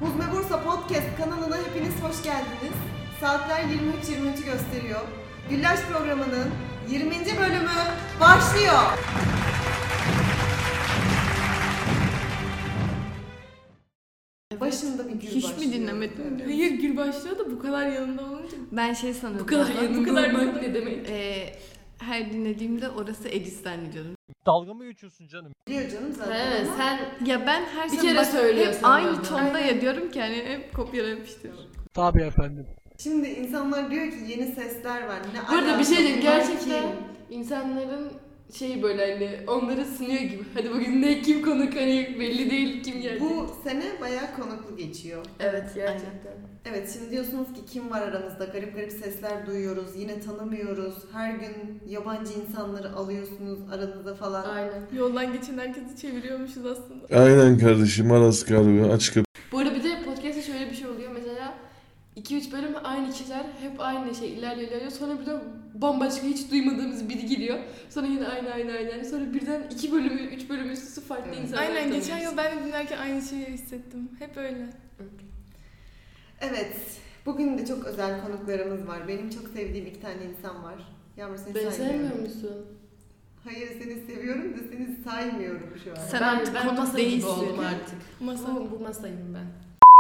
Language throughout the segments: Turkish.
Huzme Bursa Podcast kanalına hepiniz hoş geldiniz. Saatler 23.23'ü gösteriyor. Güllaç programının 20. bölümü başlıyor. Başında bir gül Hiç başlıyor. mi dinlemedin? Evet. Hayır, gül başlıyor da bu kadar yanında olunca. Ben sanıyordum. Bu kadar yanında ne demek? Her dinlediğimde orası Edis zannediyordum. Dalga mı geçiyorsun canım? Biliyor canım zaten He, ama sen Ya ben her Bir zaman kere söylüyor hep sanıyordum. aynı tonda ya diyorum ki hani hep kopyala yapıştır. Tabii efendim. şimdi insanlar diyor ki yeni sesler var. Ne bu arada bir şey diyeyim, bunlar gerçekten kim? insanların böyle hani onları sınıyor gibi. Hadi bugün ne kim konuk, hani belli değil kim gelecek. Bu sene bayağı konuklu geçiyor. Evet, gerçekten. Evet, şimdi diyorsunuz ki kim var aramızda? Garip garip sesler duyuyoruz, yine tanımıyoruz. Her gün yabancı insanları alıyorsunuz aranıza falan. Aynen. Yoldan geçen herkesi çeviriyormuşuz aslında. Aynen kardeşim, Aras kargo açık kapı. Bu arada bir de podcast'ta şöyle bir şey oluyor mesela. 2-3 bölüm aynı kişiler hep aynı ilerliyor. Sonra birden bambaşka hiç duymadığımız biri geliyor. Sonra yine aynı. Sonra birden 2 bölümü, 3 bölüm üst üste farklı insanlar Aynen, tanıyoruz. geçen yıl ben de dinlerken aynı şeyi hissettim. Hep öyle. Evet, bugün de çok özel konuklarımız var. Benim çok sevdiğim 2 tane insan var. Yağmur seni Beni saymıyorum. sevmiyor musun? Hayır, seni seviyorum da seni saymıyorum şu an. Sen artık konuk masa değilsin. gibi oldum artık. Masa. Bu masayım ben.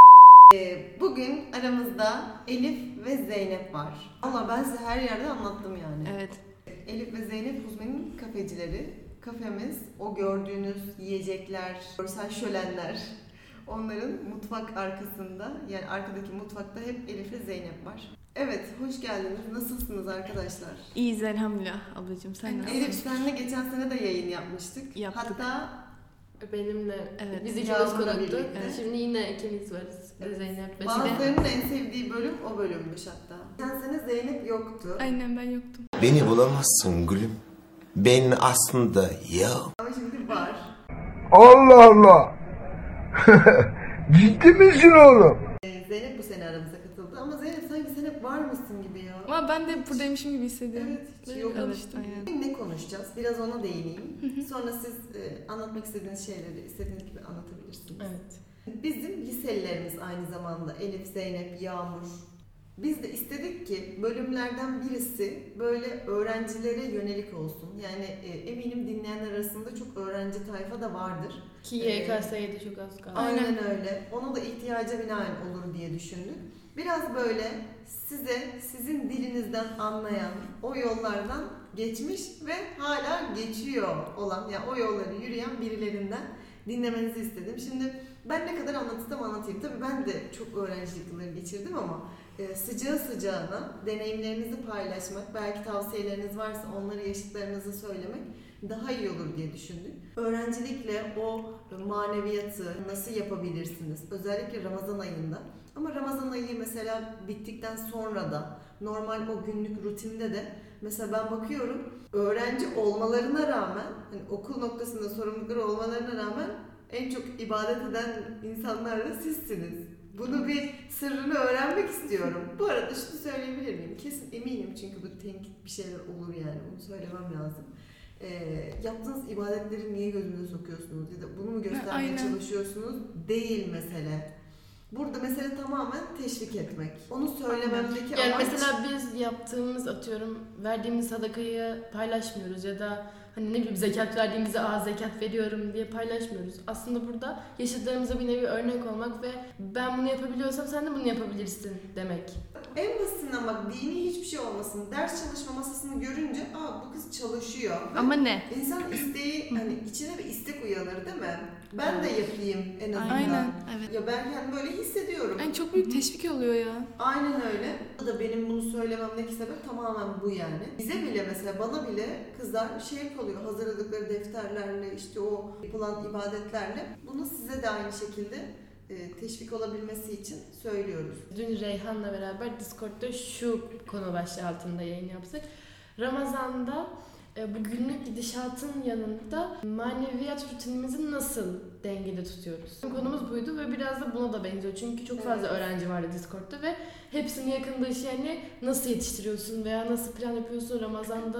Bugün aramızda Elif ve Zeynep var. Allah, ben size her yerde anlattım yani. Evet. Elif ve Zeynep Huzme'nin kafecileri. Kafemiz, o gördüğünüz yiyecekler, görsel şölenler. Onların mutfak arkasında, yani arkadaki mutfakta hep Elif ve Zeynep var. Evet, hoş geldiniz. Nasılsınız arkadaşlar? İyiyiz elhamdülillah ablacığım, sen nasılsın? Elif, senle geçen sene de yayın yapmıştık. Yaptık. Hatta Benimle, Evet. biz ikimiz Yağmur'la konuktuk. birlikte. Şimdi yine ikimiz varız. Evet. Zeynep ve bazılarının en sevdiği bölüm o bölümmüş hatta. Geçen sene Zeynep yoktu. Aynen, ben yoktum. Beni bulamazsın gülüm. Ben aslında Ama şimdi var. Allah Allah. Ciddi misin oğlum? Zeynep bu sene aramıza katıldı ama Zeynep sanki sen hep var mısın gibi ya. Ama ben de buradaymışım gibi hissediyorum. Evet, hiç Böyle yok. alıştım. Aynen. Ne konuşacağız? Biraz ona değineyim. Sonra siz anlatmak istediğiniz şeyleri istediğiniz gibi anlatabilirsiniz. Evet. Bizim liselilerimiz aynı zamanda Elif, Zeynep, Yağmur. Biz de istedik ki bölümlerden birisi böyle öğrencilere yönelik olsun. Yani eminim dinleyenler arasında çok öğrenci tayfa da vardır. Ki YKS'ye de çok az kaldı. Aynen öyle. Ona da ihtiyaca binaen olur diye düşündük. Biraz böyle size, sizin dilinizden anlayan, o yollardan geçmiş ve hala geçiyor olan, yani o yolları yürüyen birilerinden dinlemenizi istedim. Şimdi ben ne kadar anlatırsam anlatayım. Tabii ben de çok öğrencilik yılları geçirdim ama sıcağı sıcağına deneyimlerinizi paylaşmak, belki tavsiyeleriniz varsa onları yaşıtlarınıza söylemek daha iyi olur diye düşündük. Öğrencilikle o maneviyatı nasıl yapabilirsiniz? Özellikle Ramazan ayında. Ama Ramazan ayı mesela bittikten sonra da normal o günlük rutinde de mesela ben bakıyorum öğrenci olmalarına rağmen, hani okul noktasında sorumlulukları olmalarına rağmen en çok ibadet eden insanlar da sizsiniz. Bunu bir sırrını öğrenmek istiyorum. Bu arada şunu söyleyebilir miyim? Kesin eminim çünkü bu tenkit bir şeyler olur yani. Bunu söylemem lazım. Yaptığınız ibadetleri niye gözünüze sokuyorsunuz? Ya da bunu mu göstermeye Aynen. çalışıyorsunuz? Değil mesele. Burada mesele tamamen teşvik etmek. Onu söylememdeki Yani amaç... mesela biz yaptığımız, verdiğimiz sadakayı paylaşmıyoruz ya da hani ne bileyim zekat verdiğimizde zekat veriyorum diye paylaşmıyoruz. Aslında burada yaşadığımıza bir nevi örnek olmak ve ben bunu yapabiliyorsam sen de bunu yapabilirsin demek. En basitinden bak, dini hiçbir şey olmasın. Ders çalışma masasını görünce bu kız çalışıyor. Ama ne? İnsan isteği, hani içine bir istek uyanır değil mi? Ben de yapayım en azından. Aynen, evet. Ya ben kendimi böyle hissediyorum. Yani çok büyük teşvik oluyor ya. Aynen öyle. Bu da benim bunu söylememdeki sebep tamamen bu yani. Bize bile mesela, bana bile kızlar şey yapılıyor, hazırladıkları defterlerle, işte o yapılan ibadetlerle. Bunu size de aynı şekilde teşvik olabilmesi için söylüyoruz. Dün Reyhan'la beraber Discord'da şu konu başlığı altında yayın yaptık. Ramazan'da bu günlük gidişatın yanında maneviyat rutinimizi nasıl dengede tutuyoruz? Konumuz buydu ve biraz da buna da benziyor. Çünkü çok fazla öğrenci vardı Discord'da ve hepsinin yakındığı şey, hani nasıl yetiştiriyorsun veya nasıl plan yapıyorsun Ramazan'da,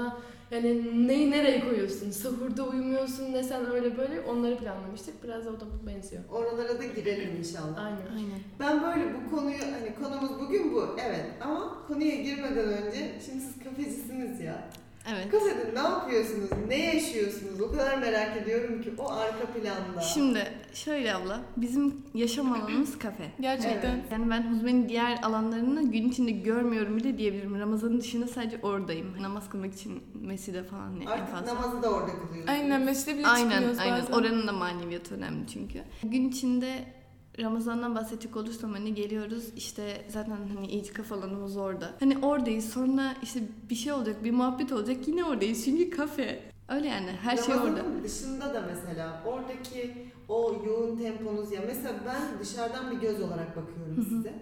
Yani neyi nereye koyuyorsun? Sahurda uyumuyorsun ne sen öyle böyle onları planlamıştık. Biraz da o da benziyor. Oralara da girelim inşallah. Aynen. Aynen. Ben böyle bu konuyu, hani konumuz bugün bu, evet, ama konuya girmeden önce, şimdi siz kafecisiniz ya. Evet. Kafede ne yapıyorsunuz, ne yaşıyorsunuz? O kadar merak ediyorum ki o arka planda. Şimdi şöyle abla, bizim yaşam alanımız kafe. Gerçekten. Evet. Yani ben Huzme'nin diğer alanlarını gün içinde görmüyorum bile diyebilirim. Ramazan'ın dışında sadece oradayım. Namaz kılmak için mescide falan en Artık fazla. namazı da orada kılıyorsunuz. Aynen mescide bile Aynen, çıkmıyoruz aynen. bazen. Oranın da maneviyatı önemli çünkü. Gün içinde Ramazan'dan bahsedecek olursam hani geliyoruz işte zaten hani itikaf alanımız orada. Hani oradayız, sonra işte bir şey olacak, bir muhabbet olacak, yine oradayız çünkü kafe. Öyle yani her şey orada. Ramazan'ın dışında da mesela oradaki o yoğun temponuz, ya mesela ben dışarıdan bir göz olarak bakıyorum size.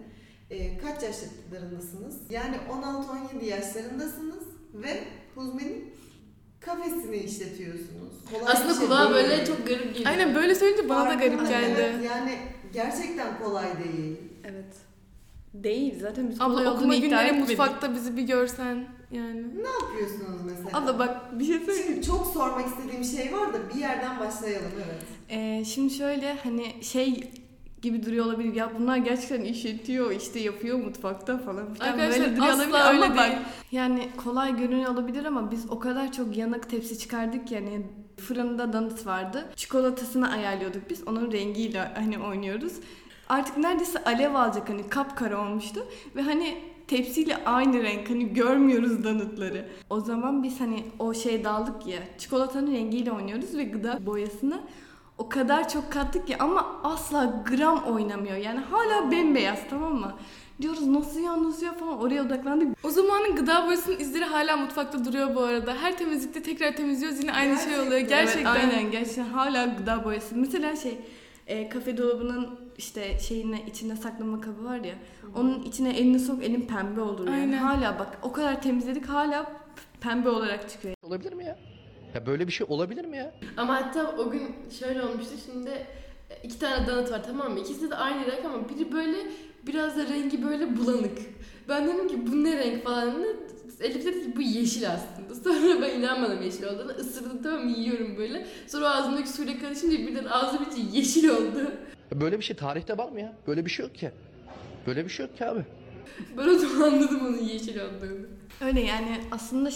Kaç yaşlarındasınız? Yani 16-17 yaşlarındasınız ve Huzme'nin kafesini işletiyorsunuz. Kolay bir Aslında şey kulağa değil. böyle çok garip geliyor. Aynen böyle söyleyince bana da garip Farkında, geldi. evet, yani gerçekten kolay değil. Evet. Değil zaten biz Abla kolay okuma olduğunu iddia günleri etmedik. mutfakta bizi bir görsen yani. Ne yapıyorsunuz mesela? Abla bak bir şey söyleyeyim. Şimdi çok sormak istediğim şey var da bir yerden başlayalım, evet. Şimdi şöyle hani şey gibi duruyor olabilir. Ya bunlar gerçekten işletiyor, işte yapıyor mutfakta falan filan. Arkadaşlar, böyle duruyor asla olabilir öyle ama bak değil. yani kolay görünüyor olabilir ama biz o kadar çok yanık tepsi çıkardık yani fırında donut vardı. Çikolatasını ayarlıyorduk biz. Onun rengiyle hani oynuyoruz. Artık neredeyse alev alacak hani kapkara olmuştu ve hani tepsiyle aynı renk hani görmüyoruz donutları. O zaman biz hani o şeye daldık ya çikolatanın rengiyle oynuyoruz ve gıda boyasını o kadar çok kattık ki ama asla gram oynamıyor. Yani hala bembeyaz, tamam mı? Diyoruz nasıl ya falan, oraya odaklandık. O zamanın gıda boyasının izleri hala mutfakta duruyor bu arada. Her temizlikte tekrar temizliyoruz yine aynı şey oluyor. Gerçekten. Evet, aynen gerçekten hala gıda boyası. Mesela kafe dolabının işte içinde saklama kabı var ya. Onun içine elini sok, elin pembe olur yani. Aynen. Hala bak o kadar temizledik hala pembe olarak çıkıyor. Olabilir mi ya? Ya böyle bir şey olabilir mi ya? Ama hatta o gün şöyle olmuştu. Şimdi 2 tane donut var, tamam mı? İkisi de aynı renk ama biri böyle biraz da rengi böyle bulanık. Ben dedim ki bu ne renk falan. Elif dedi ki bu yeşil aslında. Sonra ben inanmadım yeşil olduğuna. Isırdım, tamam mı, yiyorum böyle. Sonra ağzımdaki suyla karışınca birden ağzım içi yeşil oldu. Böyle bir şey tarihte var mı ya? Böyle bir şey yok ki. Böyle bir şey yok ki abi. Ben o zaman anladım onun yeşil olduğunu. Öyle yani aslında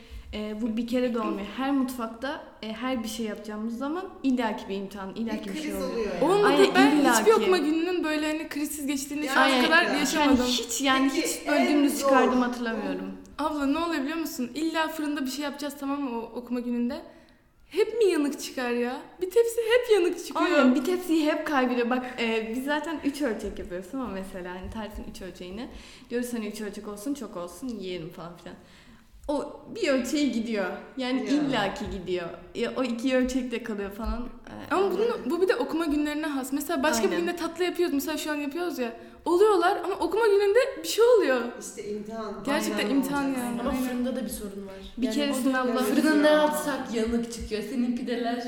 bu bir kere de olmuyor. Her mutfakta her bir şey yapacağımız zaman illaki bir imtihan, illaki bir kriz şey oluyor. oluyor yani. Olmadı. Aynen, Ben illaki. hiçbir okuma gününün böyle hani krizsiz geçtiğini şu ana Aynen. kadar Yani yaşamadım. Peki, Hiç böyle en dümdüz zor- çıkardım hatırlamıyorum. Abla ne oluyor biliyor musun? İlla fırında bir şey yapacağız, tamam mı, o okuma gününde? Hep mi yanık çıkar ya? Bir tepsi hep yanık çıkıyor. Aynen bir tepsiyi hep kaybediyor. Bak biz zaten 3 ölçek yapıyoruz ama mesela hani tarifin 3 ölçeğini. Diyoruz hani 3 ölçek olsun, çok olsun, yiyelim falan filan. O bir ölçeği gidiyor. Yani Ya. illaki gidiyor. O 2 ölçek de kalıyor falan. Ama bu bir de okuma günlerine has. Mesela başka bir Aynen. günde tatlı yapıyoruz. Mesela şu an yapıyoruz ya. Oluyorlar ama okuma gününde bir şey oluyor. İşte imtihan. Gerçekten aynen imtihan olacak. yani. Ama Aynen. fırında da bir sorun var. Bir keresinde abla Fırına ne atsak yanık çıkıyor. Senin pideler.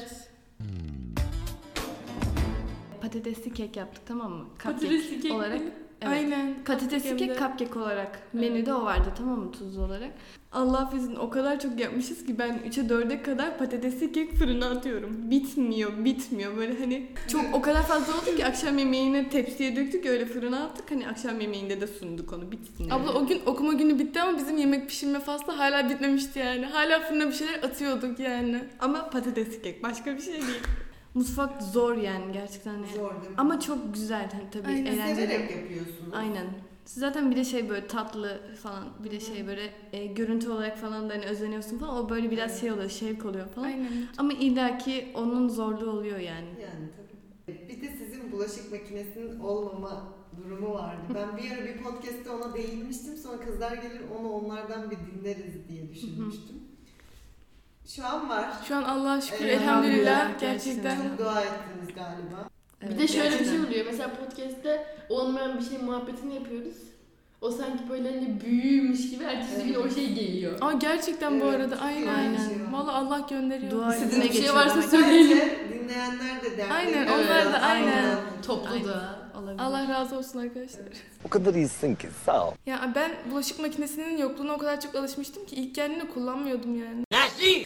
patatesli kek yaptık, tamam mı? Patatesli kek olarak. mi? Evet. Aynen. Patatesli Hem de. kek cupcake olarak menüde o vardı, tamam mı, tuzlu olarak. Allah affetsin o kadar çok yapmışız ki ben 3'e 4'e kadar patatesli kek fırına atıyorum. Bitmiyor böyle hani çok o kadar fazla oldu ki akşam yemeğini tepsiye döktük öyle fırına attık, hani akşam yemeğinde de sunduk onu, bitsin. Abla o gün okuma günü bitti ama bizim yemek pişirme faslı hala bitmemişti yani. Hala fırına bir şeyler atıyorduk yani. Ama patatesli kek başka bir şey değil. Mutfak zor yani gerçekten. Hani. Zor değil mi? Ama çok güzel hani tabii Aynen. eğlenceli. Severek yapıyorsunuz. Aynen. Zaten bir de böyle tatlı falan, bir de böyle görüntü olarak falan da hani özeniyorsun falan, o böyle biraz oluyor, şevk oluyor falan. Aynen. Ama illaki onun zorluğu oluyor yani. Yani tabii. Bir de sizin bulaşık makinesinin olmama durumu vardı. Ben bir ara bir podcast'te ona değinmiştim. Sonra kızlar gelir onu onlardan bir dinleriz diye düşünmüştüm. Şu an var. Şu an Allah'a şükür Evet, elhamdülillah elhamdülillah, gerçekten. gerçekten. Çok dua ettiniz galiba. Bir de şöyle bir şey oluyor. Mesela podcast'te olmayan bir şey muhabbetini yapıyoruz. O sanki böyle hani büyüymüş gibi ertesi gün o şey geliyor. Aa gerçekten bu Evet, arada aynen. aynen. Vallahi Allah gönderiyor. Dua Sizin etmeye bir şey geçiyor varsa demek. söyleyelim. Bence dinleyenler de dertleri. Aynen, var. onlar da aynen. Toplu Aynen. da. Olabilir. Allah razı olsun arkadaşlar. O kadar iyisin ki sağ ol. Ya ben bulaşık makinesinin yokluğuna o kadar çok alışmıştım ki ilk geldiğinde kullanmıyordum yani. Nasıl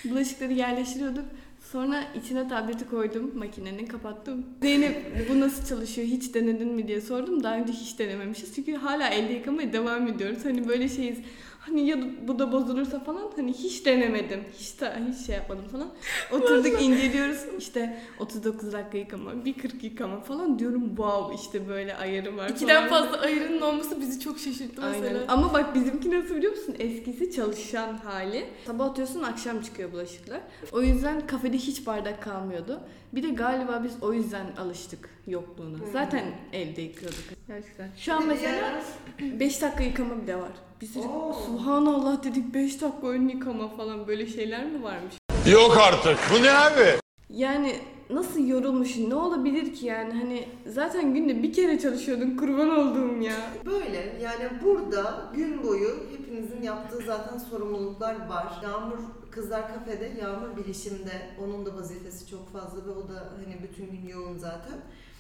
Bulaşıkları yerleştiriyorduk. Sonra içine tableti koydum, makinenin kapattım. Zeynep bu nasıl çalışıyor, hiç denedin mi diye sordum. Daha önce hiç denememişiz çünkü hala elde yıkamaya devam ediyoruz. Hani böyle şeyiz, hani ya bu da bozulursa falan, hani hiç denemedim. Hiç şey yapmadım falan. Oturduk inceliyoruz, işte 39 dakika yıkama, bir 40 yıkama falan diyorum. Wow, işte böyle ayarı var. İkiden falan. fazla ayarının olması bizi çok şaşırttı mesela. Aynen. Ama bak bizimki nasıl biliyor musun? Eskisi çalışan hali. Sabah atıyorsun, akşam çıkıyor bulaşıklar. O yüzden kafede hiç bardak kalmıyordu. Bir de galiba biz o yüzden alıştık yokluğuna. Zaten evde yıkıyorduk. Gerçekten. Şu an mesela 5 dakika yıkama bile var. Biz dedik, subhanallah dedik, 5 dakika ön yıkama falan, böyle şeyler mi varmış? Yok artık. Bu ne abi? Yani nasıl yorulmuş, ne olabilir ki yani, hani zaten günde bir kere çalışıyordun, kurban olduğum ya. Böyle yani burada gün boyu hepinizin yaptığı zaten sorumluluklar var. Yağmur Kızlar Kafede, Yağmur bilişimde. Onun da vazifesi çok fazla ve o da hani bütün gün yoğun zaten.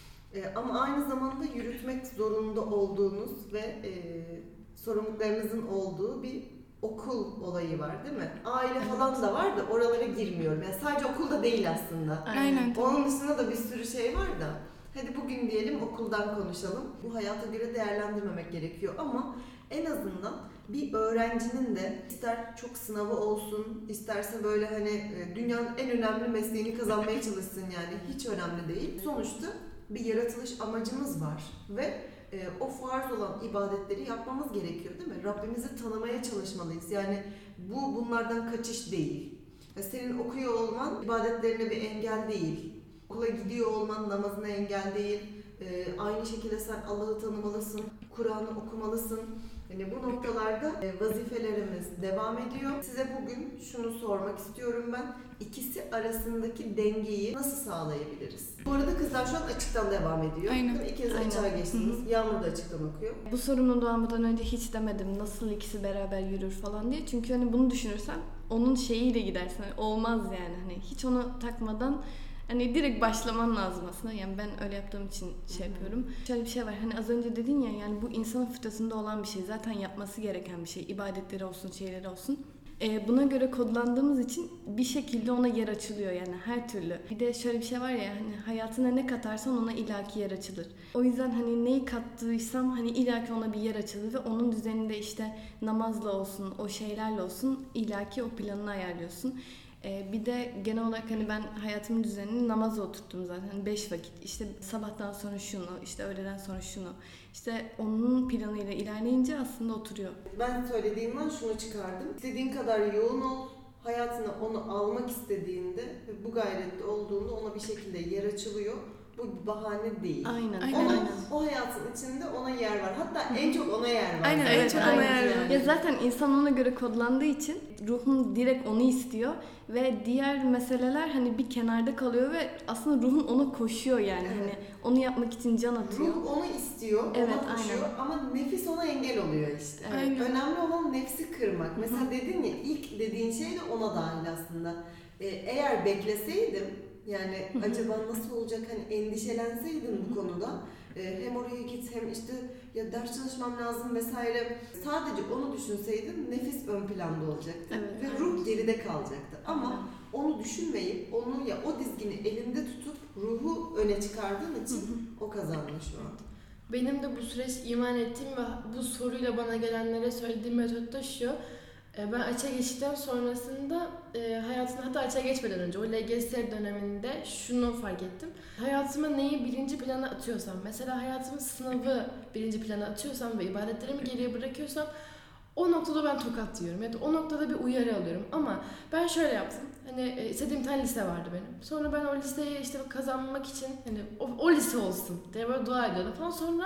Ama aynı zamanda yürütmek zorunda olduğunuz ve sorumluluklarınızın olduğu bir okul olayı var değil mi? Aile falan da var da oralara girmiyorum. Yani sadece okulda değil aslında. Aynen. Onun dışında da bir sürü şey var da. Hadi bugün diyelim okuldan konuşalım. Bu hayata göre değerlendirmemek gerekiyor ama en azından bir öğrencinin de ister çok sınavı olsun, isterse böyle hani dünyanın en önemli mesleğini kazanmaya çalışsın, yani hiç önemli değil. Sonuçta bir yaratılış amacımız var ve o farz olan ibadetleri yapmamız gerekiyor değil mi? Rabbimizi tanımaya çalışmalıyız. Yani bunlardan kaçış değil. Senin okuyor olman ibadetlerine bir engel değil. Okula gidiyor olman namazına engel değil. Aynı şekilde sen Allah'ı tanımalısın, Kur'an'ı okumalısın. Yani bu noktalarda vazifelerimiz devam ediyor. Size bugün şunu sormak istiyorum ben. İkisi arasındaki dengeyi nasıl sağlayabiliriz? Bu arada kızlar şu an açıktan devam ediyor. Aynen. İkiniz açığa geçtiniz. Yağmur da açıktan okuyor. Bu sorunu doğmadan önce hiç demedim nasıl ikisi beraber yürür falan diye. Çünkü hani bunu düşünürsen onun şeyiyle gidersen olmaz yani. Hani hiç onu takmadan hani direkt başlaman lazım aslında. Yani ben öyle yaptığım için şey yapıyorum. Şöyle bir şey var. Hani az önce dedin ya, yani bu insanın fıtratında olan bir şey. Zaten yapması gereken bir şey. İbadetleri olsun, şeyleri olsun. Buna göre kodlandığımız için bir şekilde ona yer açılıyor yani her türlü. Bir de şöyle bir şey var ya, hani hayatına ne katarsan ona ilaki yer açılır. O yüzden hani neyi kattıysam hani ilaki ona bir yer açılır ve onun düzeninde işte namazla olsun, o şeylerle olsun ilaki o planını ayarlıyorsun. Bir de genel olarak hani ben hayatımın düzenini namaza oturttum zaten. 5 vakit. İşte sabahtan sonra şunu, işte öğleden sonra şunu. İşte onun planıyla ilerleyince aslında oturuyor. Ben söylediğimden şunu çıkardım. İstediğin kadar yoğun ol. Hayatına onu almak istediğinde ve bu gayrette olduğunda ona bir şekilde yer açılıyor. Bu bir bahane değil. Aynen. O hayatın içinde ona yer var. Hatta en çok ona yer var. Aynen, en çok ona yer var. Ya zaten insan ona göre kodlandığı için ruhun direkt onu istiyor ve diğer meseleler hani bir kenarda kalıyor ve aslında ruhun ona koşuyor yani. Evet. Hani onu yapmak için can atıyor. Ruh onu istiyor, Evet, ona koşuyor ama nefis ona engel oluyor işte. Evet. Aynen. Önemli olan nefsi kırmak. Mesela dedin ya, ilk dediğin şey de ona dahil aslında. Eğer bekleseydim, yani acaba nasıl olacak, hani endişelenseydim bu konuda, hem oraya git hem işte ya ders çalışmam lazım vesaire, sadece onu düşünseydim nefis ön planda olacaktı Evet, ve ruh geride kalacaktı. Ama onu düşünmeyip onu ya o dizgini elinde tutup ruhu öne çıkardığın için o kazandı şu an. Benim de bu süreç iman ettiğim ve bu soruyla bana gelenlere söylediğim metot da şu. Ben açığa geçtikten sonrasında hayatımda, hatta açığa geçmeden önce o LGS döneminde şunu fark ettim. Hayatıma neyi birinci plana atıyorsam, mesela hayatımın sınavı birinci plana atıyorsam ve ibadetlerimi geriye bırakıyorsam o noktada ben tokat diyorum ya da o noktada bir uyarı alıyorum. Ama ben şöyle yaptım. Hani istediğim tane lise vardı benim. Sonra ben o liseyi işte kazanmak için hani o lise olsun diye böyle dua ediyordum falan. Sonra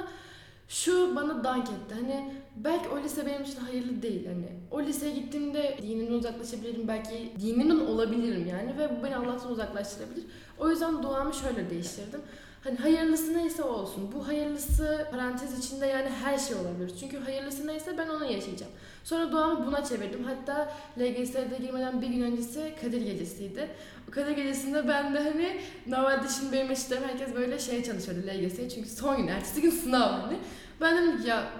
şu bana dank etti. Hani belki o lise benim için hayırlı değil. Hani o liseye gittiğimde dinimden uzaklaşabilirim. Belki dinimden olabilirim yani ve bu beni Allah'tan uzaklaştırabilir. O yüzden duamı şöyle değiştirdim. Hani hayırlısı neyse o olsun. Bu hayırlısı parantez içinde yani her şey olabilir. Çünkü hayırlısı neyse ben onu yaşayacağım. Sonra duamı buna çevirdim. Hatta LGS'de girmeden bir gün öncesi Kadir Gecesi'ydi. O Kadir Gecesi'nde ben de hani normalde şimdi benim eşitlerim herkes böyle şey çalışıyordu LGS'ye. Çünkü son gün, ertesi gün sınav hani. Ben dedim ki ya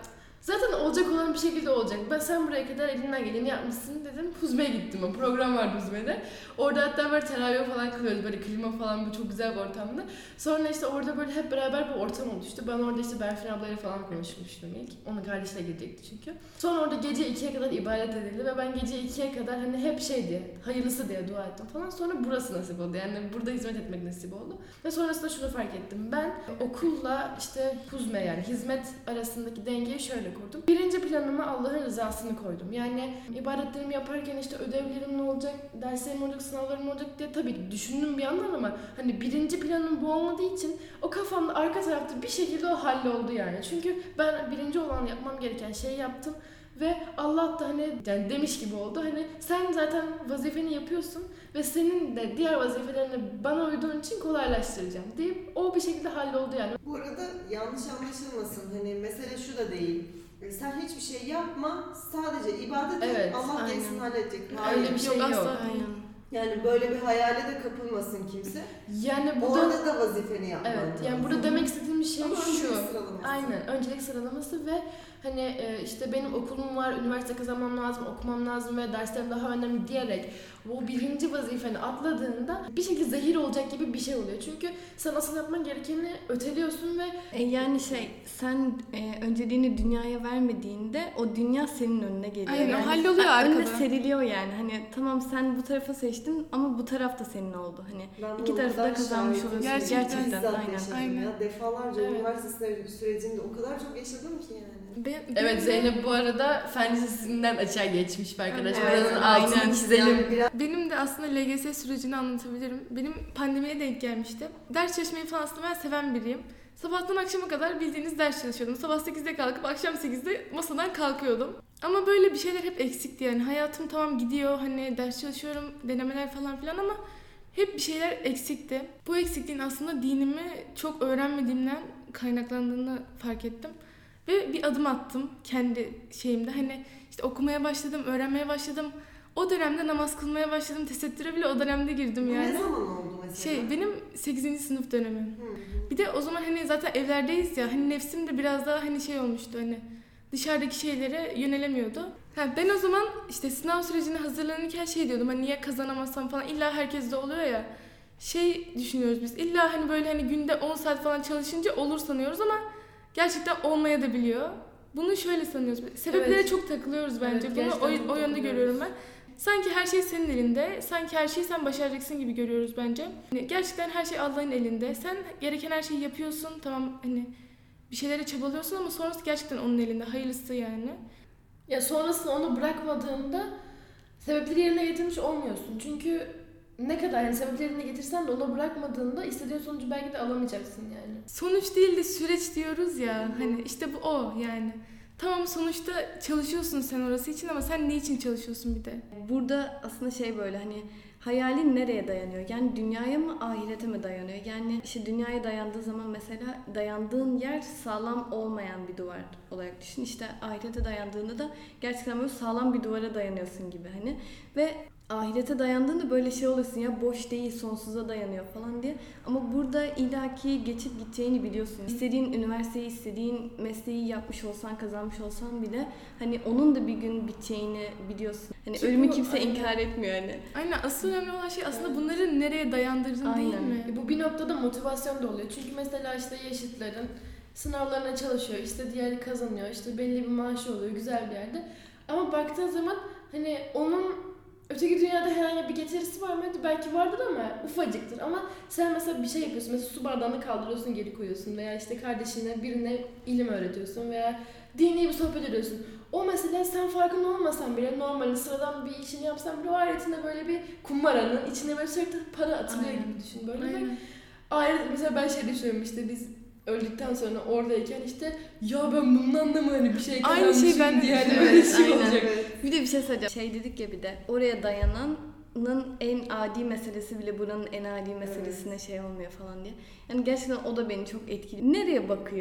Zaten olacak olan bir şekilde olacak. Sen buraya kadar elinden geleni yapmışsın dedim. Huzme'ye gittim. O program vardı Huzme'de. Orada hatta böyle teravih falan kılıyoruz. Böyle klima falan, böyle çok güzel bir ortamda. Sonra işte orada böyle hep beraber bir ortam oluştu. Ben orada işte Berfin ablayla falan konuşmuştum ilk. Onun kardeşiyle gelecekti çünkü. Sonra orada gece 2'ye kadar ibadet edildi ve ben gece 2'ye kadar hani hep şey diye, hayırlısı diye dua ettim falan. Sonra burası nasip oldu. Yani burada hizmet etmek nasip oldu. Ve sonrasında şunu fark ettim. Ben okulla işte Huzme, yani hizmet arasındaki dengeyi şöyle kurdum. Birinci planıma Allah'ın rızasını koydum. Yani ibadetlerimi yaparken işte ödevlerim ne olacak, derslerim olacak, sınavlarım olacak diye tabii ki düşündüm bir yandan ama hani birinci planım bu olmadığı için o kafamda arka tarafta bir şekilde o halloldu yani. Çünkü ben birinci olan yapmam gereken şeyi yaptım ve Allah da hani yani demiş gibi oldu. Hani sen zaten vazifeni yapıyorsun ve senin de diğer vazifelerini bana uyduğun için kolaylaştıracağım deyip o bir şekilde halloldu yani. Bu arada yanlış anlaşılmasın. Hani mesele şu da değil. Sen hiçbir şey yapma, sadece ibadet et, Evet, Allah aynen. gerisini halledecek. Öyle bir şey yok. asla. Aynen. Yani böyle bir hayale de kapılmasın kimse. Yani burada Orada da vazifeni yapman evet, lazım. yani burada demek istediğim şey Ama şu. öncelik sıralaması. Aynen, öncelik sıralaması ve hani işte benim okulum var, üniversite kazanmam lazım, okumam lazım ve derslerim daha önemli diyerek o birinci vazifeni atladığında bir şekilde zehir olacak gibi bir şey oluyor. Çünkü sen asıl yapman gerekeni öteliyorsun ve Yani sen önceliğini dünyaya vermediğinde o dünya senin önüne geliyor. Aynen, yani, halloluyor önüne arkada. seriliyor yani. Hani tamam sen bu tarafa seçtin ama bu taraf da senin oldu. Hani Ben iki bunu tarafı o kadar da kazanmış şahidim. oluyorsun. Gerçekten. Bizzat Aynen. yaşadım Aynen. ya. Defalarca Evet. üniversite sürecinde o kadar çok yaşadım ki yani. evet, Zeynep bu arada fen lisesinden açığa geçmiş bir arkadaş. Evet, Buranın aynen. altını çizelim. Yani biraz Benim de aslında LGS sürecini anlatabilirim. Benim pandemiye denk gelmişti. Ders çalışmayı falan aslında ben seven biriyim. Sabahtan akşama kadar bildiğiniz ders çalışıyordum. Sabah 8'de kalkıp akşam 8'de masadan kalkıyordum. Ama böyle bir şeyler hep eksikti yani. Hayatım tamam gidiyor, hani ders çalışıyorum, denemeler falan filan ama hep bir şeyler eksikti. Bu eksikliğin aslında dinimi çok öğrenmediğimden kaynaklandığını fark ettim. Ve bir adım attım kendi şeyimde. Hani işte okumaya başladım, öğrenmeye başladım. O dönemde namaz kılmaya başladım. Tesettüre bile o dönemde girdim bu yani. ne zaman oldu mesela? Benim 8. sınıf dönemim. Hı. Bir de o zaman hani zaten evlerdeyiz ya, hani nefsim de biraz daha hani şey olmuştu, hani dışarıdaki şeylere yönelemiyordu. Ben o zaman işte sınav sürecine hazırlanırken şey diyordum, hani ya kazanamazsam falan, illa herkes de oluyor ya. Düşünüyoruz biz, illa hani böyle hani günde 10 saat falan çalışınca olur sanıyoruz ama gerçekten olmaya da biliyor. Bunu şöyle sanıyoruz. Sebeplere Evet. çok takılıyoruz bence. Evet, Bunu gerçekten o çok yönde takılıyoruz. görüyorum ben. Sanki her şey senin elinde, sanki her şeyi sen başaracaksın gibi görüyoruz bence. Yani gerçekten her şey Allah'ın elinde. Sen gereken her şeyi yapıyorsun, tamam hani bir şeylere çabalıyorsun ama sonrası gerçekten onun elinde. Hayırlısı yani. Ya sonrasında onu bırakmadığında sebepleri yerine getirmiş olmuyorsun. Çünkü ne kadar yani sebepleri yerine getirsen de onu bırakmadığında istediğin sonucu belki de alamayacaksın yani. Sonuç değil de süreç diyoruz ya. Hani işte bu o yani. Tamam, sonuçta çalışıyorsun sen orası için ama sen ne için çalışıyorsun bir de? Burada aslında böyle hani hayalin nereye dayanıyor? Yani dünyaya mı, ahirete mi dayanıyor? Yani işte dünyaya dayandığı zaman mesela dayandığın yer sağlam olmayan bir duvar olarak düşün. İşte ahirete dayandığında da gerçekten böyle sağlam bir duvara dayanıyorsun gibi hani. Ve ahirete dayandığında böyle şey oluyorsun ya, boş değil, sonsuza dayanıyor falan diye. Ama burada illaki geçip gideceğini biliyorsun. İstediğin üniversiteyi, istediğin mesleği yapmış olsan, kazanmış olsan bile hani onun da bir gün biteceğini biliyorsun. Hani Ki ölümü bu- kimse aynen. inkar etmiyor hani. Aynen, asıl önemli olan şey aslında bunları nereye dayandırdın değil Aynen. mi? Bu bir noktada motivasyon da oluyor. Çünkü mesela işte yaşıtların sınavlarına çalışıyor, işte diğeri kazanıyor, işte belli bir maaşı oluyor, güzel bir yerde. Ama baktığın zaman hani onun öteki dünyada herhangi bir getirisi var mı? Belki vardır ama ufacıktır. Ama sen mesela bir şey yapıyorsun, mesela su bardağını kaldırıyorsun, geri koyuyorsun veya işte kardeşine, birine ilim öğretiyorsun veya dini bir sohbet ediyorsun. O mesela sen farkında olmasan bile, normalde sıradan bir işini yapsan bile o ahiretinde böyle bir kumbaranın içine böyle sürekli para atılıyor Aynen. gibi düşün böyle. Ve Aynen. ahiret, mesela ben düşünüyorum işte biz öldükten sonra oradayken işte ya ben bundan da mı hani bir şey Aynı kazanmışım şey ben de diye hani düşünüyorum. böyle şey Aynen. olacak. Bir de bir şey söyleyeceğim. Dedik ya bir de oraya dayananın en adi meselesi bile buranın en adi meselesine şey olmuyor falan diye. Yani gerçekten o da beni çok etkili. Nereye bakıyor?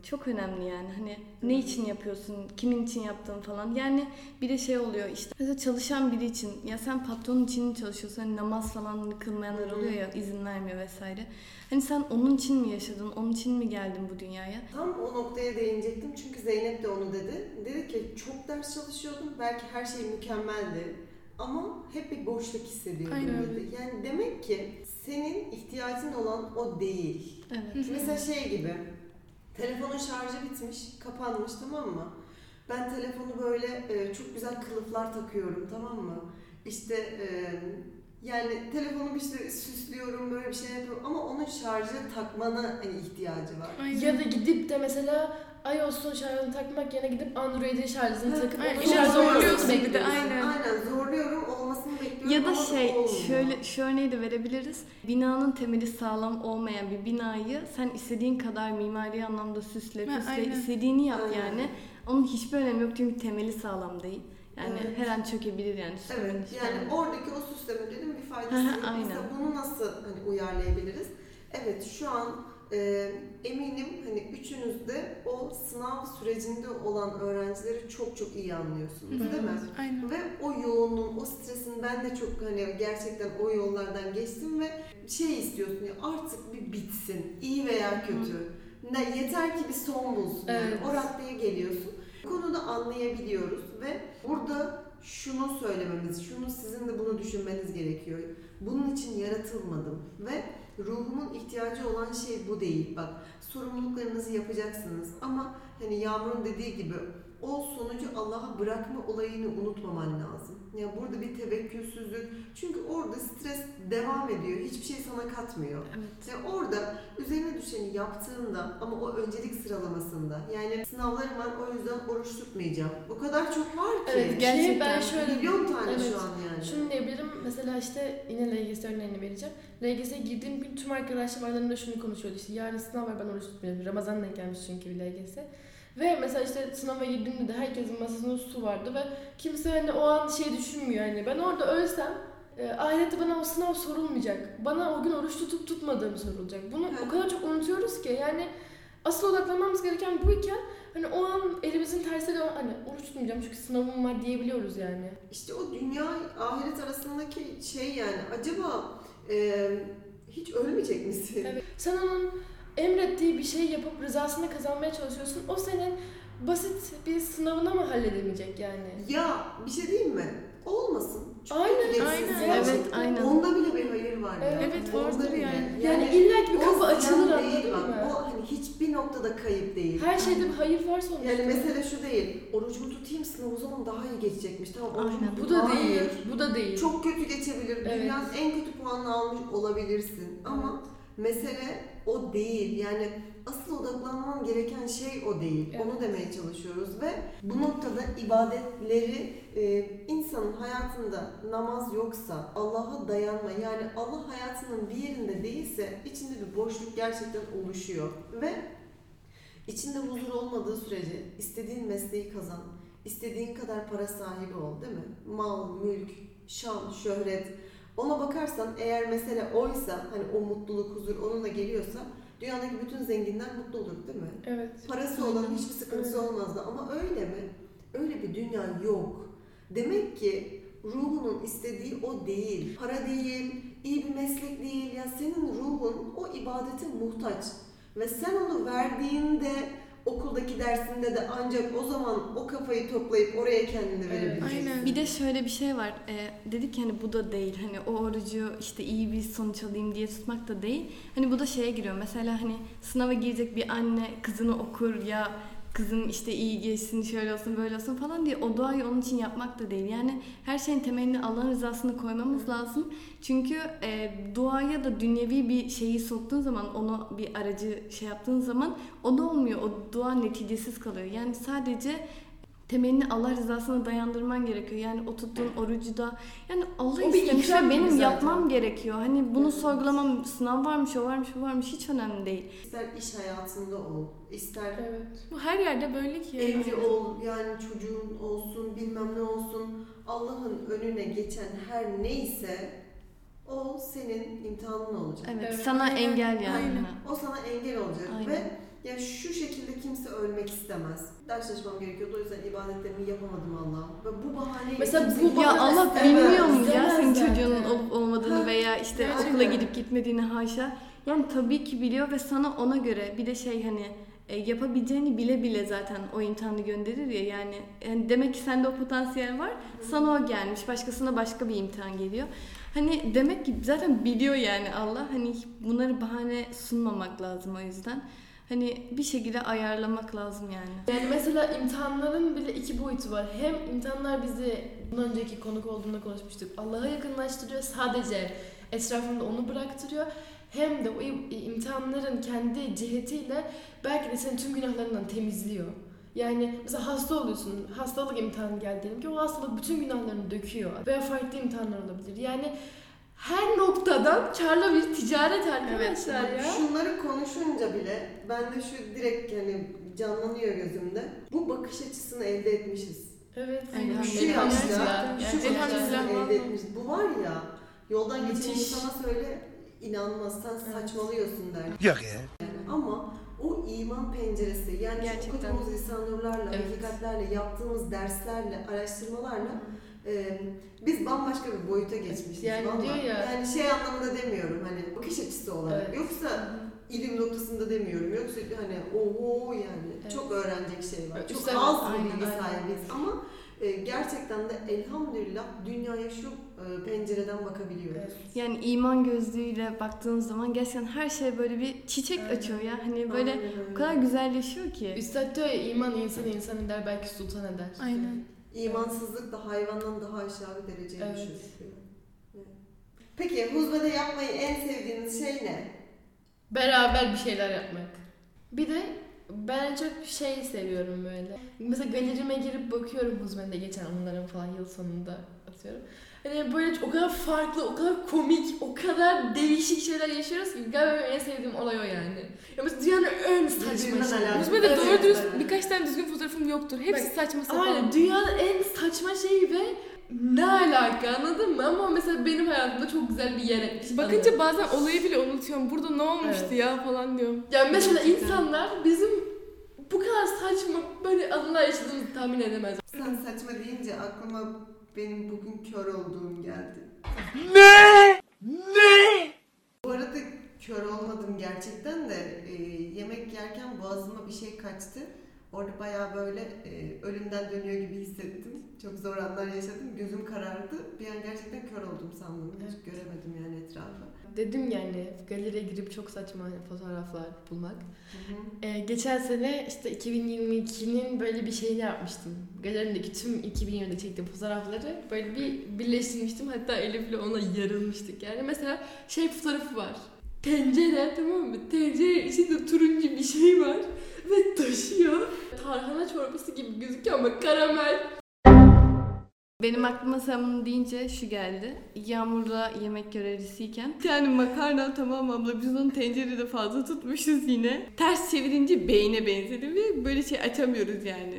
Çok önemli yani. Hani ne için yapıyorsun, kimin için yaptığın falan. Yani bir de şey oluyor işte. Mesela çalışan biri için, ya sen patronun için mi çalışıyorsun? Hani namaz falan kılmayanlar oluyor ya, izin vermiyor vesaire. Hani sen onun için mi yaşadın, onun için mi geldin bu dünyaya? Tam o noktaya değinecektim çünkü Zeynep de onu dedi. Dedi ki çok ders çalışıyordum, belki her şey mükemmeldi ama hep bir boşluk hissediyordum Aynen. dedi. Yani demek ki senin ihtiyacın olan o değil. Evet. Mesela şey gibi, telefonun şarjı bitmiş, kapanmış, tamam mı? Ben telefonu böyle çok güzel kılıflar takıyorum, tamam mı? İşte yani telefonu işte süslüyorum, böyle bir şey yapıyorum ama onun şarjı takmana hani ihtiyacı var. Aynen. Ya da gidip de mesela iOS'un şarjını takmak yerine gidip Android'in şarjını takıp Aynen. onun İşte şarjı zorluyorsun olmasını bir de, bekliyorsun. aynen. Aynen, zorluyorum, olmasını bekliyorum Ya da ama şey, olmuyor. şu örneği de verebiliriz. Binanın temeli sağlam olmayan bir binayı sen istediğin kadar mimari anlamda süsle, Ha, püsle, aynen. istediğini yap Aynen. yani. Onun hiçbir önemi yok çünkü temeli sağlam değil. Yani Evet. her an çökebilir yani. Evet, süslemenin yani falan. oradaki o süslemelerin bir faydası Hı hı, yok. aynen. Mesela bunu nasıl hani uyarlayabiliriz? Evet, şu an eminim hani üçünüz de o sınav sürecinde olan öğrencileri çok çok iyi anlıyorsunuz, değil mi? Aynen. Ve o yoğunluğun, o stresin ben de çok hani gerçekten o yollardan geçtim ve şey istiyorsun ya, artık bir bitsin, iyi veya kötü. Ne, yeter ki bir son bulsun. Yani. Evet. O raddeye geliyorsun. Bu konuda anlayabiliyoruz ve burada şunu söylememiz, şunu sizin de bunu düşünmeniz gerekiyor. Bunun için yaratılmadım ve ruhumun ihtiyacı olan şey bu değil. Bak, sorumluluklarınızı yapacaksınız ama hani Yağmur'un dediği gibi o sonucu Allah'a bırakma olayını unutmaman lazım. Ya burada bir tevekkülsüzlük, çünkü orada stres devam ediyor. Hiçbir şey sana katmıyor. Evet. Ya orada üzerine düşeni yaptığında ama o öncelik sıralamasında, yani sınavlarım var o yüzden oruç tutmayacağım. O kadar çok var ki. Evet, Gerçekten. ben şöyle Milyon tane Evet. şu an yani. Şunu diyebilirim, mesela işte yine LGS örneğini vereceğim. LGS'ye girdiğim gün tüm arkadaşlarım aralarında şunu konuşuyordu, işte yarın sınav var, ben oruç tutmuyorum. Ramazan denk gelmiş çünkü bir LGS. Ve mesela işte sınava girdiğimde de herkesin masasında su vardı ve kimse hani o an şey düşünmüyor, hani ben orada ölsem ahirette bana o sınav sorulmayacak. Bana o gün oruç tutup tutmadığım sorulacak. Bunu o kadar çok unutuyoruz ki, yani asıl odaklanmamız gereken buyken hani o an elimizin tersiyle hani oruç tutmayacağım çünkü sınavım var diyebiliyoruz yani. İşte o dünya ahiret arasındaki şey, yani acaba hiç ölmeyecek misin? Evet. Sen onun emrettiği bir şey yapıp rızasını kazanmaya çalışıyorsun. O senin basit bir sınavına mı halledemeyecek yani? Ya bir şey diyeyim mi? Olmasın. Çok Aynen, gereksiz. aynen. Gerçekten Evet, aynen. Onda bile bir hayır var ya. Evet, Onda vardır bile. yani. Yani illa ki bir o kapı ziyan açılır, değil anladın bak. mı? O hani hiçbir noktada kayıp değil. Her şeyde bir hayır var sonuçta. Yani mesele şu değil. Orucumu tutayım, sınav o zaman daha iyi geçecekmiş. Tamam, orucumu Aynen. Bu da Hayır. değil. Bu da değil. Çok kötü geçebilir. Evet. Dünyanın en kötü puanını almış olabilirsin. Ama mesele o değil. Yani asıl odaklanman gereken şey o değil. Evet. Onu demeye çalışıyoruz ve bu noktada ibadetleri insanın hayatında namaz yoksa, Allah'a dayanma, yani Allah hayatının bir yerinde değilse içinde bir boşluk gerçekten oluşuyor ve içinde huzur olmadığı sürece istediğin mesleği kazan, istediğin kadar para sahibi ol, değil mi? Mal, mülk, şan, şöhret. Ona bakarsan eğer mesele oysa, hani o mutluluk, huzur onunla geliyorsa dünyadaki bütün zenginler mutlu olur, değil mi? Evet. Parası olan hiçbir sıkıntısı olmazdı ama öyle mi? Öyle bir dünya yok. Demek ki ruhunun istediği o değil. Para değil, iyi bir meslek değil. Ya senin ruhun o ibadete muhtaç. Ve sen onu verdiğinde okuldaki dersinde de ancak o zaman o kafayı toplayıp oraya kendini verebileceksin. Aynen. Bir de şöyle bir şey var. Dedik hani bu da değil. Hani o orucu işte iyi bir sonuç alayım diye tutmak da değil. Hani bu da şeye giriyor. Mesela hani sınava girecek bir anne kızını okur ya kızım işte iyi geçsin, şöyle olsun, böyle olsun falan diye o duayı onun için yapmak da değil. Yani her şeyin temelini Allah'ın rızasını koymamız lazım. Çünkü duaya da dünyevi bir şeyi soktuğun zaman, onu bir aracı şey yaptığın zaman o da olmuyor. O dua neticesiz kalıyor. Yani sadece temelini Allah rızasına dayandırman gerekiyor. Yani o tuttuğun orucu da yani Allah O bir istemiş ikram ve benim gibi zaten. yapmam gerekiyor. Hani bunu Evet. sorgulamam, sınav varmış, o varmış, bu varmış hiç önemli değil. İster iş hayatında ol, ister Evet. Bu her yerde böyle ki. evli ol, yani çocuğun olsun, bilmem ne olsun. Allah'ın önüne geçen her neyse o senin imtihanın olacak. Evet, Evet, sana aynen, engel yani. aynen. O sana engel olacak Aynen. ve ya şu şekilde kimse ölmek istemez. Ders çalışmam gerekiyordu, o yüzden ibadetlerimi yapamadım Allah'ım. Ve bu bahaneyle Mesela kimse- bu Ya Allah Evet, bilmiyor mu ya istemez senin zaten. çocuğunun olup olmadığını Ha, veya işte gerçekten. okula gidip gitmediğini haşa. Yani tabii ki biliyor ve sana ona göre bir de şey hani yapabileceğini bile bile zaten o imtihanı gönderir ya yani demek ki sende o potansiyel var. Sana o gelmiş. Başkasına başka bir imtihan geliyor. Hani demek ki zaten biliyor yani Allah. Hani bunları bahane sunmamak lazım o yüzden. Hani bir şekilde ayarlamak lazım yani. Yani mesela imtihanların bile iki boyutu var. Hem imtihanlar bizi bundan önceki konuk olduğunda konuşmuştuk. Allah'a yakınlaştırıyor. Sadece etrafında onu bıraktırıyor. Hem de o imtihanların kendi cihetiyle belki de senin tüm günahlarından temizliyor. Yani mesela hasta oluyorsun, hastalık imtihanı geldi diyelim ki o hastalık bütün günahlarını döküyor. Veya farklı imtihanlar olabilir. Yani her noktadan karlı bir ticaret arkadaşlar ya. Şunları konuşunca bile ben de şu direkt yani canlanıyor gözümde. Bu bakış açısını elde etmişiz. Evet. Şu yaşta, Yani şu bakış elhamdülillah. açısını elde etmişiz. Bu var ya, yoldan geçen Müthiş. insana söyle, inanmaz sen saçmalıyorsun der. Yok ya. Ama o iman penceresi yani Gerçekten. okuduğumuz İhsan Nurlar'la, Evet. hakikatlerle, yaptığımız derslerle, araştırmalarla biz bambaşka bir boyuta geçmişiz. Yani vallahi. diyor ya- Yani şey anlamında demiyorum hani bakış açısı olarak. Evet. Yoksa ilim noktasında demiyorum. Yoksa hani oho yani Evet. çok öğrenecek şey var. Evet, Çok işte az bir aynen, bilgi aynen. sahibiz ama gerçekten de elhamdülillah dünyaya şu pencereden bakabiliyoruz. Evet. Yani iman gözlüğüyle baktığın zaman gerçekten her şey böyle bir çiçek Aynen. açıyor ya. Hani böyle Aynen öyle. o kadar güzelleşiyor ki. Üstad diyor ya iman insan eder belki sultan eder. Aynen. İmansızlık da hayvandan daha aşağı bir dereceye Evet. düşürüyor. Evet. Peki huzmede yapmayı en sevdiğiniz şey ne? Beraber bir şeyler yapmak. Bir de ben çok şey seviyorum böyle. Mesela galerime girip bakıyorum huzmede geçen anılarım falan yıl sonunda atıyorum. Hani böyle o kadar farklı, o kadar komik, o kadar değişik şeyler yaşıyoruz ki galiba benim en sevdiğim olay o yani. Ya mesela dünyanın en saçma Birbirinden şeyi. alakalı. Huzmede Evet, doğru dürüst evet. birkaç tane düzgün fotoğrafım yoktur. Hepsi Bak, saçma sapan. Aynen dünyanın en saçma şeyi ve ne alaka anladın mı? Ama mesela benim hayatımda çok güzel bir yer etmiş. Bakınca bazen olayı bile unutuyorum. Burada ne olmuştu Evet. ya falan diyorum. yani mesela Gerçekten. insanlar bizim bu kadar saçma böyle anılar yaşadığımızı tahmin edemez. Sen saçma deyince aklıma benim bugün kör olduğum geldi. Bu arada kör olmadım gerçekten de yemek yerken boğazıma bir şey kaçtı. Orada bayağı böyle ölümden dönüyor gibi hissettim. Çok zor anlar yaşadım. Gözüm karardı. Bir an gerçekten kör oldum sandım. Hiç Evet. göremedim yani etrafı. Dedim yani galeriye girip çok saçma fotoğraflar bulmak. Hı hı. Geçen sene işte 2022'nin böyle bir şeyini yapmıştım. Galerimdeki tüm 2020'de çektiğim fotoğrafları böyle bir birleştirmiştim. Hatta Elif'le ona yarılmıştık yani. Mesela şey fotoğrafı var. Tencere tamam mı? Tencere içinde turuncu bir şey var ve taşıyor. Tarhana çorbası gibi gözüküyor ama karamel. Benim aklıma sen bunu deyince şu geldi. Yağmur'la yemek görevlisiyken bir tane makarna tamam abla biz onu tencerede fazla tutmuşuz yine. Ters çevirince beyne benzedi ve böyle şey açamıyoruz yani.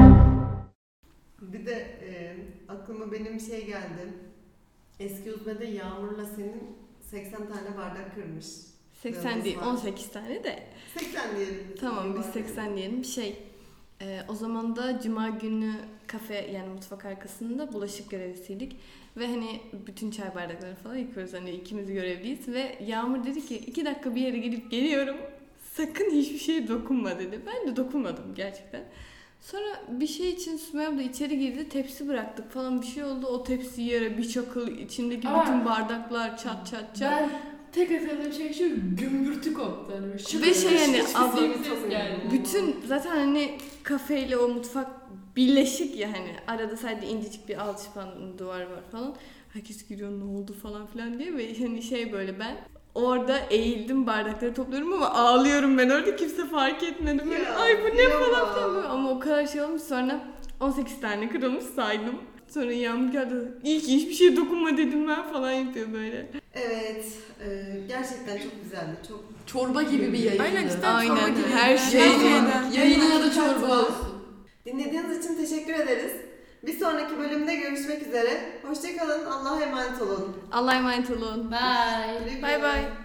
Bir de aklıma benim şey geldi. Eski uzmede Yağmur'la senin 80 tane bardak kırmış. 80 değil 18 tane de. 80 diyelim. Tamam biz 80 diyelim. O zaman da cuma günü kafe yani mutfak arkasında bulaşık görevlisiydik. Ve hani bütün çay bardakları falan yıkıyoruz. Hani ikimiz görevliyiz. Ve Yağmur dedi ki 2 dakika bir yere gidip geliyorum. Sakın hiçbir şeye dokunma dedi. Ben de dokunmadım gerçekten. Sonra bir şey için Sümeyye abla içeri girdi. Tepsi bıraktık falan bir şey oldu. O tepsi yere bir çakıl içindeki Aa. bütün bardaklar çat çat çat. Ben tek hatırladığım şey şu gümbürtü koptu. Hani böyle Ve şey hani abla ses geldi. bütün zaten hani kafeyle o mutfak birleşik ya hani arada sadece incecik bir alçıpan duvar var falan. Herkes giriyor ne oldu falan filan diye ve hani şey böyle ben orada eğildim bardakları topluyorum ama ağlıyorum ben orada kimse fark etmedi. Böyle, Ya, ay bu ne kıyamam. falan filan böyle. Ama o kadar şey olmuş sonra 18 tane kırılmış saydım. Sonra Yağmur geldi. İyi ki hiçbir şeye dokunma dedim ben falan yapıyor böyle. Evet. Gerçekten çok güzeldi. Çok Çorba gibi bir yayındı. Aynen cidden Aynen, çorba gibi. her şey Yayının adı çorba olsun. dinlediğiniz için teşekkür ederiz. Bir sonraki bölümde görüşmek üzere. Hoşça kalın. Allah'a emanet olun. Allah'a emanet olun. Bye. Güle güle. Bay bay.